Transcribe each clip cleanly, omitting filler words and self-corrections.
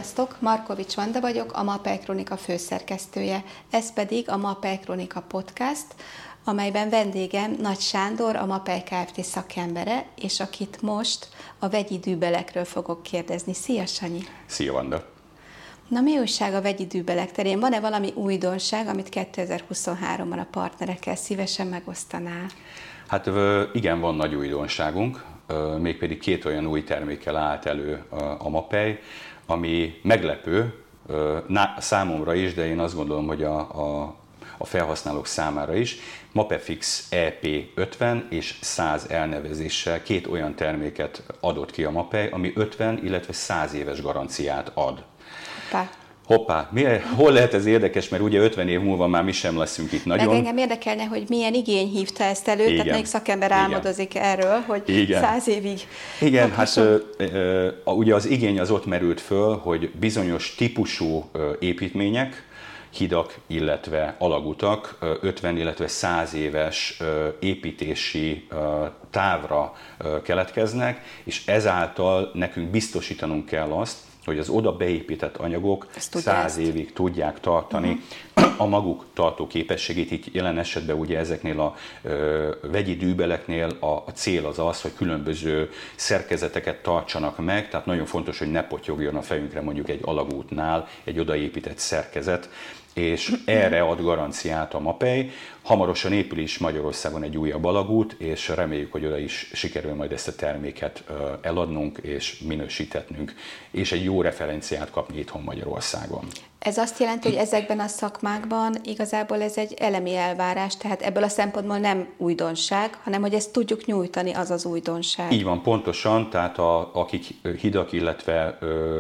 Sziasztok! Markovics Vanda vagyok, a Mapei Kronika főszerkesztője. Ez pedig a Mapei Kronika podcast, amelyben vendégem Nagy Sándor, a Mapei Kft. Szakembere, és akit most a vegyi dűbelekről fogok kérdezni. Szia, Sanyi! Szia, Vanda! Na, mi újság a vegyi dűbelek terén? Van-e valami újdonság, amit 2023-ban a partnerekkel szívesen megosztanál? Hát igen, van nagy újdonságunk, mégpedig 2 olyan új termékkel állt elő a Mapei, ami meglepő számomra is, de én azt gondolom, hogy a felhasználók számára is. Mapefix EP50 és 100 elnevezéssel 2 olyan terméket adott ki a Mapei, ami 50, illetve 100 éves garanciát ad. Hoppá, hol lehet ez érdekes, mert ugye 50 év múlva már mi sem leszünk itt nagyon. Meg engem érdekelne, hogy milyen igény hívta ezt elő, tehát melyik szakember álmodozik erről, hogy 100 évig. Igen, hát ugye az igény az ott merült föl, hogy bizonyos típusú építmények, hidak, illetve alagutak 50, illetve 100 éves építési távra keletkeznek, és ezáltal nekünk biztosítanunk kell azt, hogy az oda beépített anyagok 100 évig tudják tartani a maguk tartó képességét. Itt jelen esetben ugye ezeknél a vegyi dűbeleknél a cél az az, hogy különböző szerkezeteket tartsanak meg, tehát nagyon fontos, hogy ne potyogjon a fejünkre mondjuk egy alagútnál egy odaépített szerkezet, és erre ad garanciát a Mapei. Hamarosan épül is Magyarországon egy újabb alagút, és reméljük, hogy oda is sikerül majd ezt a terméket eladnunk és minősítetnünk, és egy jó referenciát kapni itthon Magyarországon. Ez azt jelenti, hogy ezekben a szakmákban igazából ez egy elemi elvárás, tehát ebből a szempontból nem újdonság, hanem hogy ezt tudjuk nyújtani, az az újdonság. Így van, pontosan, tehát akik hidak, illetve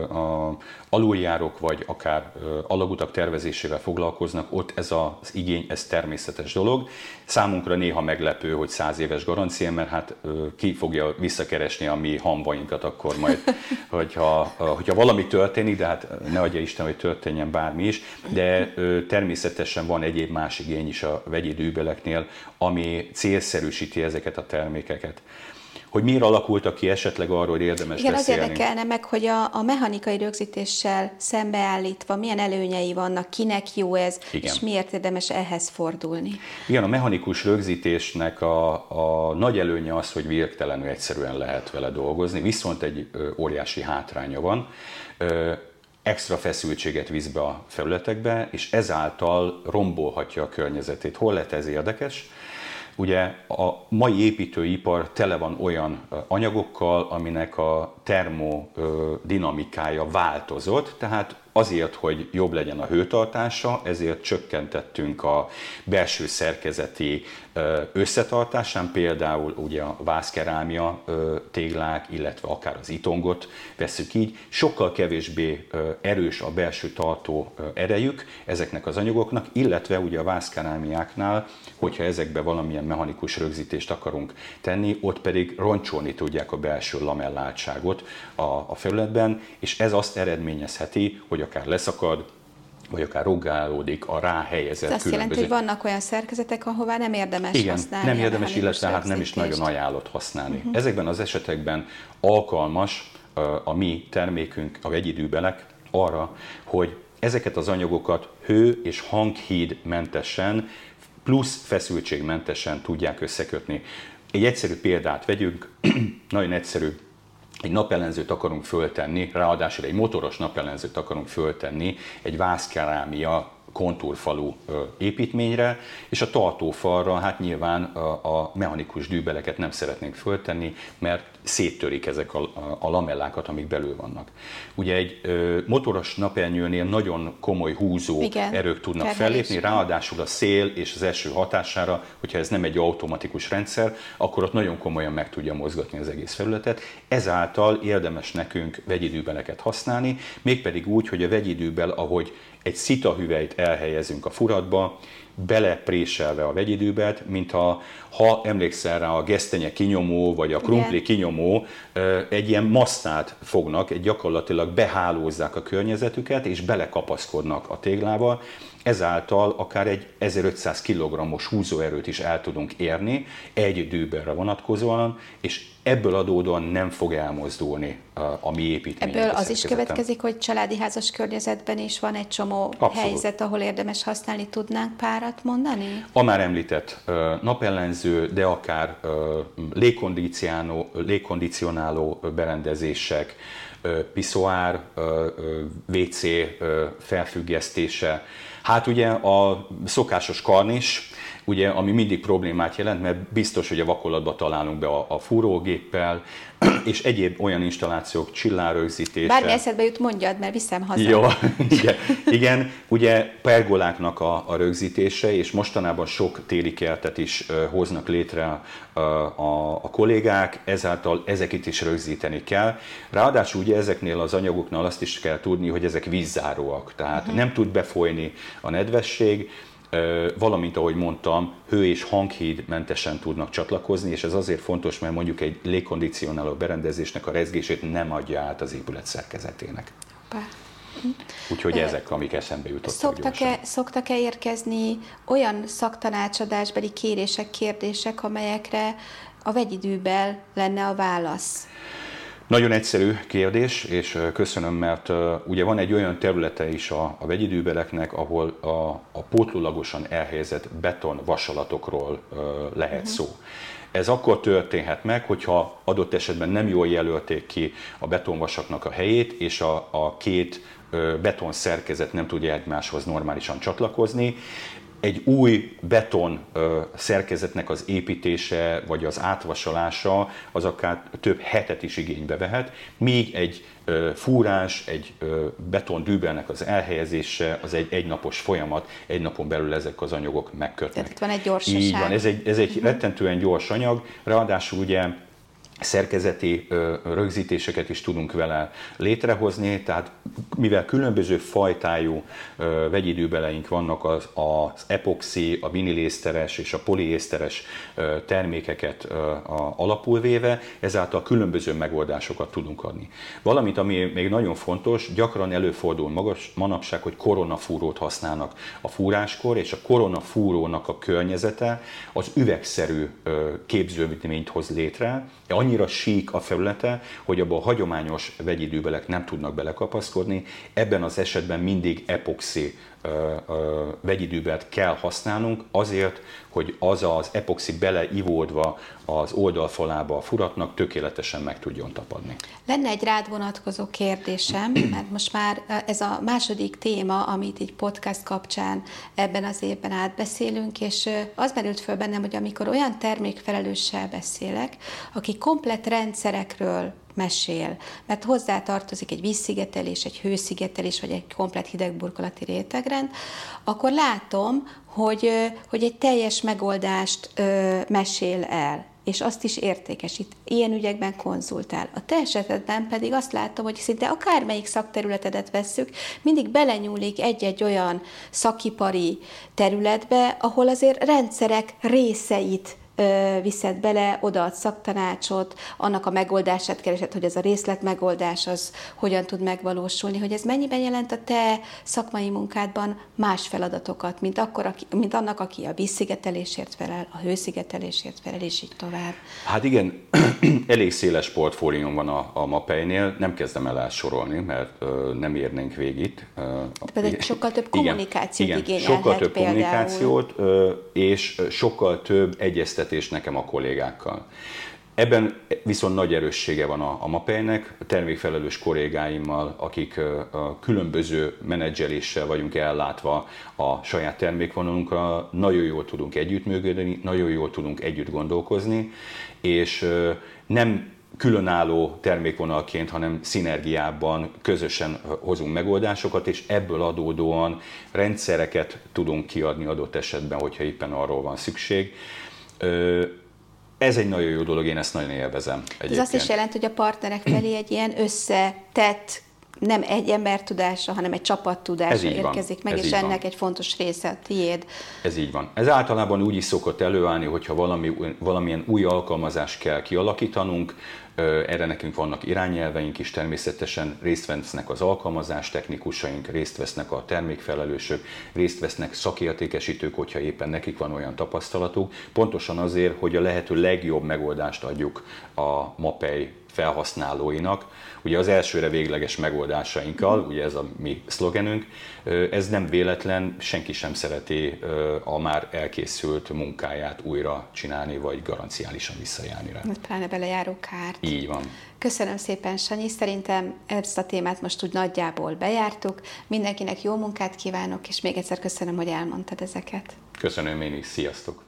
aluljárók, vagy akár alagutak tervezésével foglalkoznak, ott ez az igény, ez természetes dolog. Számunkra néha meglepő, hogy 100 éves garancia, mert hát ki fogja visszakeresni a mi hamvainkat akkor majd, hogyha valami történik, de hát ne adja Isten, hogy történjen bármi is, de természetesen van egyéb más igény is a vegyi dűbeleknél, ami célszerűsíti ezeket a termékeket. Hogy miért alakultak ki, esetleg arról érdemes beszélni. Az érdekelne meg, hogy a mechanikai rögzítéssel szembeállítva milyen előnyei vannak, kinek jó ez, igen, és miért érdemes ehhez fordulni. Igen, a mechanikus rögzítésnek a nagy előnye az, hogy végtelenül egyszerűen lehet vele dolgozni, viszont egy óriási hátránya van. Extra feszültséget visz be a felületekbe, és ezáltal rombolhatja a környezetét. Hol lehet ez érdekes? Ugye a mai építőipar tele van olyan anyagokkal, aminek a termodinamikája változott, tehát azért, hogy jobb legyen a hőtartása, ezért csökkentettünk a belső szerkezeti összetartásán, például ugye a vászkerámia téglák, illetve akár az itongot vesszük így. Sokkal kevésbé erős a belső tartó erejük ezeknek az anyagoknak, illetve ugye a vászkerámiáknál, hogyha ezekbe valamilyen mechanikus rögzítést akarunk tenni, ott pedig roncsolni tudják a belső lamelláltságot a felületben, és ez azt eredményezheti, hogy akár leszakad, vagy akár rongálódik a ráhelyezett különböző... Azt jelenti, hogy vannak olyan szerkezetek, ahová nem érdemes használni. Nem érdemes, illetve hát nem is nagyon ajánlott használni. Ezekben az esetekben alkalmas a mi termékünk, a vegyi dűbelek arra, hogy ezeket az anyagokat hő- és hanghídmentesen, plusz feszültségmentesen tudják összekötni. Egy egyszerű példát vegyünk, nagyon egyszerű. Egy napellenzőt akarunk föltenni, ráadásul egy motoros napellenzőt akarunk föltenni egy vászkerámia kontúrfalú építményre, és a tartófalra hát nyilván a mechanikus dűbeleket nem szeretnénk föltenni, mert széttörik ezek a lamellákat, amik belül vannak. Ugye egy motoros napernyőnél nagyon komoly húzó erők tudnak fellépni, ráadásul a szél és az eső hatására, hogyha ez nem egy automatikus rendszer, akkor ott nagyon komolyan meg tudja mozgatni az egész felületet. Ezáltal érdemes nekünk vegyi dűbeleket használni, mégpedig úgy, hogy a vegyi dűbel, ahogy egy szitahüvelyt elhelyezünk a furatba, belepréselve a vegyidőbet, mint ha emlékszel rá, a gesztenye kinyomó, vagy a krumpli kinyomó egy ilyen masszát fognak, gyakorlatilag behálózzák a környezetüket, és belekapaszkodnak a téglába. Ezáltal akár egy 1500 kg-os húzóerőt is el tudunk érni egy dűberre vonatkozóan, és ebből adódóan nem fog elmozdulni a mi építményünk. Ebből az is következik, hogy családi házas környezetben is van egy csomó helyzet, ahol érdemes használni. Tudnánk párat mondani? A már említett napellenző, de akár légkondicionáló berendezések, piszoár, WC felfüggesztése. Hát ugye a szokásos karnis, ugye, ami mindig problémát jelent, mert biztos, hogy a vakolatba találunk be a fúrógéppel, és egyéb olyan installációk, csillárrögzítése. Bármi eszedbe jut, mondjad, mert viszem haza. Jó, igen, ugye pergoláknak a rögzítése, és mostanában sok téli kertet is hoznak létre a kollégák, ezáltal ezeket is rögzíteni kell. Ráadásul ugye ezeknél az anyagoknál azt is kell tudni, hogy ezek vízzáróak, tehát nem tud befolyni a nedvesség, valamint, ahogy mondtam, hő- és hanghídmentesen tudnak csatlakozni, és ez azért fontos, mert mondjuk egy légkondicionáló berendezésnek a rezgését nem adja át az épület szerkezetének. Úgyhogy ezek, amik eszembe jutottak. Szoktak-e érkezni olyan szaktanácsadásbeli kérések, kérdések, amelyekre a vegyidőben lenne a válasz? Nagyon egyszerű kérdés, és köszönöm, mert ugye van egy olyan területe is a vegyidőbeleknek, ahol a pótlólagosan elhelyezett beton vasalatokról lehet szó. Ez akkor történhet meg, hogyha adott esetben nem jól jelölték ki a betonvasaknak a helyét, és a két beton szerkezet nem tudja egymáshoz normálisan csatlakozni. Egy új beton szerkezetnek az építése vagy az átvasalása az akár több hetet is igénybe vehet, míg egy fúrás, egy betondűbelnek az elhelyezése az egy egynapos folyamat, egy napon belül ezek az anyagok megkötnek. Tehát itt van egy gyorsaság. Így van, ez egy rettentően gyors anyag, ráadásul ugye szerkezeti rögzítéseket is tudunk vele létrehozni, tehát mivel különböző fajtájú vegyidőbeleink vannak, az epoxi, a vinilészteres és a poliészteres termékeket alapul véve, ezáltal különböző megoldásokat tudunk adni. Valamint, ami még nagyon fontos, gyakran előfordul manapság, hogy koronafúrót használnak a fúráskor, és a koronafúrónak a környezete az üvegszerű képződményt hoz létre, annyira sík a felülete, hogy abban a hagyományos vegyidőbelek nem tudnak belekapaszkodni. Ebben az esetben mindig epoxi vegyidőbelt kell használnunk azért, hogy az epoxi beleivódva az oldalfalába a furatnak tökéletesen meg tudjon tapadni. Lenne egy rád vonatkozó kérdésem, mert most már ez a második téma, amit így podcast kapcsán ebben az évben átbeszélünk, és az merült föl bennem, hogy amikor olyan termékfelelőssel beszélek, aki komplett rendszerekről mesél, mert hozzá tartozik egy vízszigetelés, egy hőszigetelés, vagy egy komplett hidegburkolati rétegrend, akkor látom, hogy egy teljes megoldást mesél el, és azt is értékesít. Ilyen ügyekben konzultál. A te esetedben pedig azt látom, hogy szinte akármelyik szakterületedet vesszük, mindig belenyúlik egy-egy olyan szakipari területbe, ahol azért rendszerek részeit viszed bele, odaad szaktanácsot, annak a megoldását keresed, hogy ez a részletmegoldás az hogyan tud megvalósulni, hogy ez mennyiben jelent a te szakmai munkádban más feladatokat, mint annak, aki a vízszigetelésért felel, a hőszigetelésért felel, és így tovább. Hát igen, elég széles portfólióm van a Mapei-nél, nem kezdem el elsorolni, mert nem érnénk végig. Pedig sokkal több kommunikációt igényelhet sokkal több például. kommunikációt, és sokkal több egyeztetést nekem a kollégákkal. Ebben viszont nagy erőssége van a Mapei-nek, a termékfelelős kollégáimmal, akik a különböző menedzseléssel vagyunk ellátva a saját termékvonalunkra, nagyon jól tudunk együttműködni, nagyon jól tudunk együtt gondolkozni, és nem különálló termékvonalként, hanem szinergiában közösen hozunk megoldásokat, és ebből adódóan rendszereket tudunk kiadni adott esetben, hogyha éppen arról van szükség. Ez egy nagyon jó dolog, én ezt nagyon élvezem egyébként. Ez azt is jelenti, hogy a partnerek felé egy ilyen összetett nem egy ember tudása, hanem egy csapat tudása érkezik meg, és ennek egy fontos része a tiéd. Ez így van. Ez általában úgy is szokott előállni, hogyha valamilyen új alkalmazást kell kialakítanunk, erre nekünk vannak irányelveink is, természetesen részt vesznek az alkalmazás technikusaink, részt vesznek a termékfelelősök, részt vesznek szakértékesítők, hogyha éppen nekik van olyan tapasztalatuk, pontosan azért, hogy a lehető legjobb megoldást adjuk a MAPEI felhasználóinak. Ugye az elsőre végleges megoldásainkkal, ugye ez a mi szlogenünk, ez nem véletlen, senki sem szereti a már elkészült munkáját újra csinálni, vagy garanciálisan visszajárni rá. Pláne belejáró kárt. Így van. Köszönöm szépen, Sanyi, szerintem ezt a témát most úgy nagyjából bejártuk. Mindenkinek jó munkát kívánok, és még egyszer köszönöm, hogy elmondtad ezeket. Köszönöm én is, sziasztok!